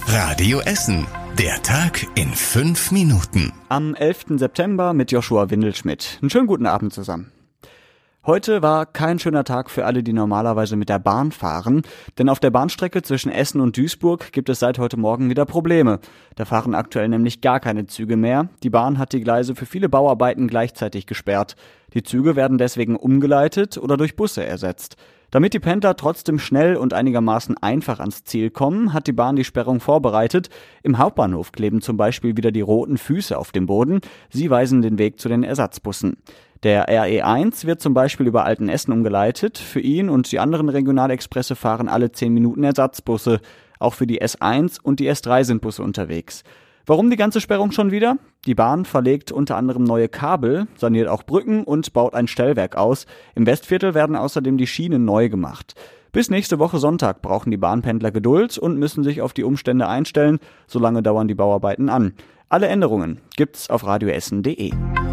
Radio Essen. Der Tag in 5 Minuten. Am 11. September mit Joshua Windelschmidt. Einen schönen guten Abend zusammen. Heute war kein schöner Tag für alle, die normalerweise mit der Bahn fahren, denn auf der Bahnstrecke zwischen Essen und Duisburg gibt es seit heute Morgen wieder Probleme. Da fahren aktuell nämlich gar keine Züge mehr. Die Bahn hat die Gleise für viele Bauarbeiten gleichzeitig gesperrt. Die Züge werden deswegen umgeleitet oder durch Busse ersetzt. Damit die Pendler trotzdem schnell und einigermaßen einfach ans Ziel kommen, hat die Bahn die Sperrung vorbereitet. Im Hauptbahnhof kleben zum Beispiel wieder die roten Füße auf dem Boden. Sie weisen den Weg zu den Ersatzbussen. Der RE1 wird zum Beispiel über Altenessen umgeleitet. Für ihn und die anderen Regionalexpresse fahren alle 10 Minuten Ersatzbusse. Auch für die S1 und die S3 sind Busse unterwegs. Warum die ganze Sperrung schon wieder? Die Bahn verlegt unter anderem neue Kabel, saniert auch Brücken und baut ein Stellwerk aus. Im Westviertel werden außerdem die Schienen neu gemacht. Bis nächste Woche Sonntag brauchen die Bahnpendler Geduld und müssen sich auf die Umstände einstellen. Solange dauern die Bauarbeiten an. Alle Änderungen gibt's auf radioessen.de.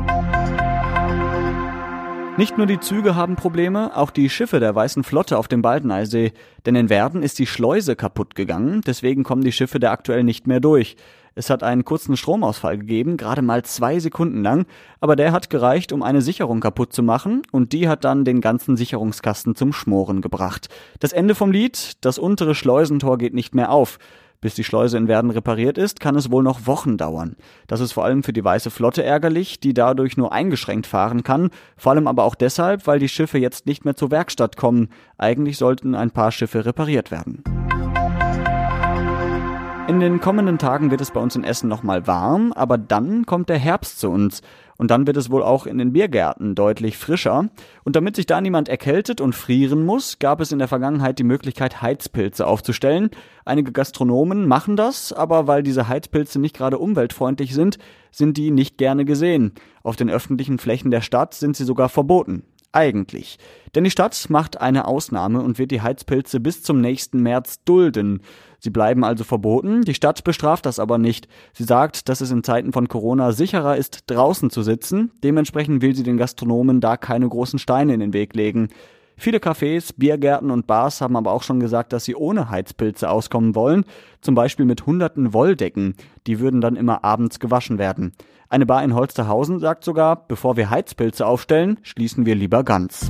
Nicht nur die Züge haben Probleme, auch die Schiffe der Weißen Flotte auf dem Baldeneysee. Denn in Werden ist die Schleuse kaputt gegangen, deswegen kommen die Schiffe da aktuell nicht mehr durch. Es hat einen kurzen Stromausfall gegeben, gerade mal 2 Sekunden lang, aber der hat gereicht, um eine Sicherung kaputt zu machen und die hat dann den ganzen Sicherungskasten zum Schmoren gebracht. Das Ende vom Lied, das untere Schleusentor geht nicht mehr auf. Bis die Schleuse in Werden repariert ist, kann es wohl noch Wochen dauern. Das ist vor allem für die Weiße Flotte ärgerlich, die dadurch nur eingeschränkt fahren kann, vor allem aber auch deshalb, weil die Schiffe jetzt nicht mehr zur Werkstatt kommen. Eigentlich sollten ein paar Schiffe repariert werden. In den kommenden Tagen wird es bei uns in Essen nochmal warm, aber dann kommt der Herbst zu uns. Und dann wird es wohl auch in den Biergärten deutlich frischer. Und damit sich da niemand erkältet und frieren muss, gab es in der Vergangenheit die Möglichkeit, Heizpilze aufzustellen. Einige Gastronomen machen das, aber weil diese Heizpilze nicht gerade umweltfreundlich sind die nicht gerne gesehen. Auf den öffentlichen Flächen der Stadt sind sie sogar verboten. Eigentlich. Denn die Stadt macht eine Ausnahme und wird die Heizpilze bis zum nächsten März dulden. Sie bleiben also verboten, die Stadt bestraft das aber nicht. Sie sagt, dass es in Zeiten von Corona sicherer ist, draußen zu sitzen. Dementsprechend will sie den Gastronomen da keine großen Steine in den Weg legen. Viele Cafés, Biergärten und Bars haben aber auch schon gesagt, dass sie ohne Heizpilze auskommen wollen. Zum Beispiel mit hunderten Wolldecken. Die würden dann immer abends gewaschen werden. Eine Bar in Holsterhausen sagt sogar, bevor wir Heizpilze aufstellen, schließen wir lieber ganz.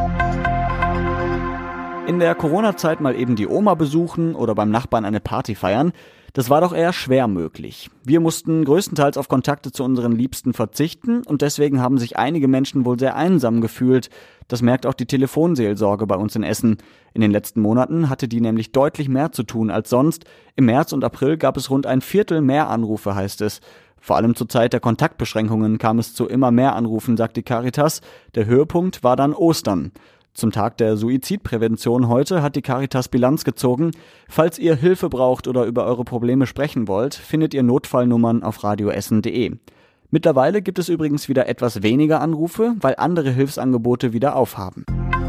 In der Corona-Zeit mal eben die Oma besuchen oder beim Nachbarn eine Party feiern, das war doch eher schwer möglich. Wir mussten größtenteils auf Kontakte zu unseren Liebsten verzichten und deswegen haben sich einige Menschen wohl sehr einsam gefühlt. Das merkt auch die Telefonseelsorge bei uns in Essen. In den letzten Monaten hatte die nämlich deutlich mehr zu tun als sonst. Im März und April gab es rund 1/4 mehr Anrufe, heißt es. Vor allem zur Zeit der Kontaktbeschränkungen kam es zu immer mehr Anrufen, sagt die Caritas. Der Höhepunkt war dann Ostern. Zum Tag der Suizidprävention heute hat die Caritas Bilanz gezogen. Falls ihr Hilfe braucht oder über eure Probleme sprechen wollt, findet ihr Notfallnummern auf radioessen.de. Mittlerweile gibt es übrigens wieder etwas weniger Anrufe, weil andere Hilfsangebote wieder aufhaben.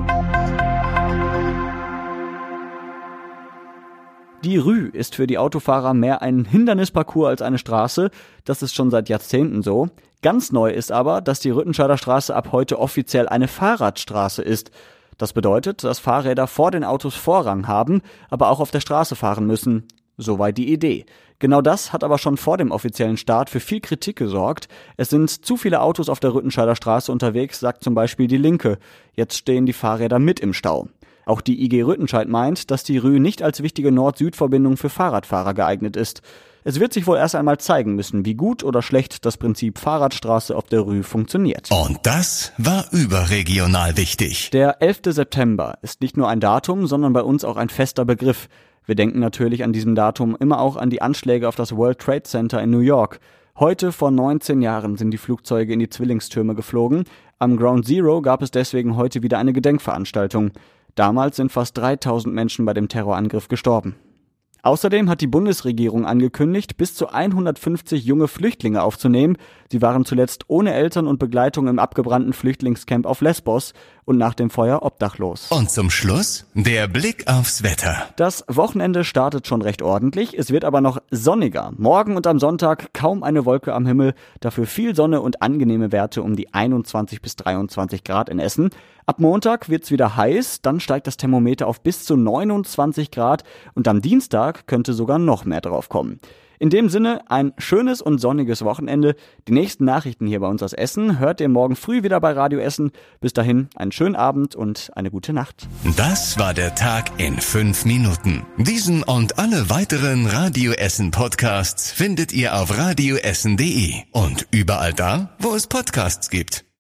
Die Rü ist für die Autofahrer mehr ein Hindernisparcours als eine Straße. Das ist schon seit Jahrzehnten so. Ganz neu ist aber, dass die Rüttenscheider Straße ab heute offiziell eine Fahrradstraße ist. Das bedeutet, dass Fahrräder vor den Autos Vorrang haben, aber auch auf der Straße fahren müssen. Soweit die Idee. Genau das hat aber schon vor dem offiziellen Start für viel Kritik gesorgt. Es sind zu viele Autos auf der Rüttenscheider Straße unterwegs, sagt zum Beispiel die Linke. Jetzt stehen die Fahrräder mit im Stau. Auch die IG Rüttenscheid meint, dass die Rü nicht als wichtige Nord-Süd-Verbindung für Fahrradfahrer geeignet ist. Es wird sich wohl erst einmal zeigen müssen, wie gut oder schlecht das Prinzip Fahrradstraße auf der Rü funktioniert. Und das war überregional wichtig. Der 11. September ist nicht nur ein Datum, sondern bei uns auch ein fester Begriff. Wir denken natürlich an diesem Datum immer auch an die Anschläge auf das World Trade Center in New York. Heute vor 19 Jahren sind die Flugzeuge in die Zwillingstürme geflogen. Am Ground Zero gab es deswegen heute wieder eine Gedenkveranstaltung. Damals sind fast 3000 Menschen bei dem Terrorangriff gestorben. Außerdem hat die Bundesregierung angekündigt, bis zu 150 junge Flüchtlinge aufzunehmen. Sie waren zuletzt ohne Eltern und Begleitung im abgebrannten Flüchtlingscamp auf Lesbos und nach dem Feuer obdachlos. Und zum Schluss der Blick aufs Wetter. Das Wochenende startet schon recht ordentlich, es wird aber noch sonniger. Morgen und am Sonntag kaum eine Wolke am Himmel, dafür viel Sonne und angenehme Werte um die 21 bis 23 Grad in Essen. Ab Montag wird's wieder heiß, dann steigt das Thermometer auf bis zu 29 Grad und am Dienstag könnte sogar noch mehr drauf kommen. In dem Sinne ein schönes und sonniges Wochenende. Die nächsten Nachrichten hier bei uns aus Essen hört ihr morgen früh wieder bei Radio Essen. Bis dahin einen schönen Abend und eine gute Nacht. Das war der Tag in 5 Minuten. Diesen und alle weiteren Radio Essen Podcasts findet ihr auf radioessen.de und überall da, wo es Podcasts gibt.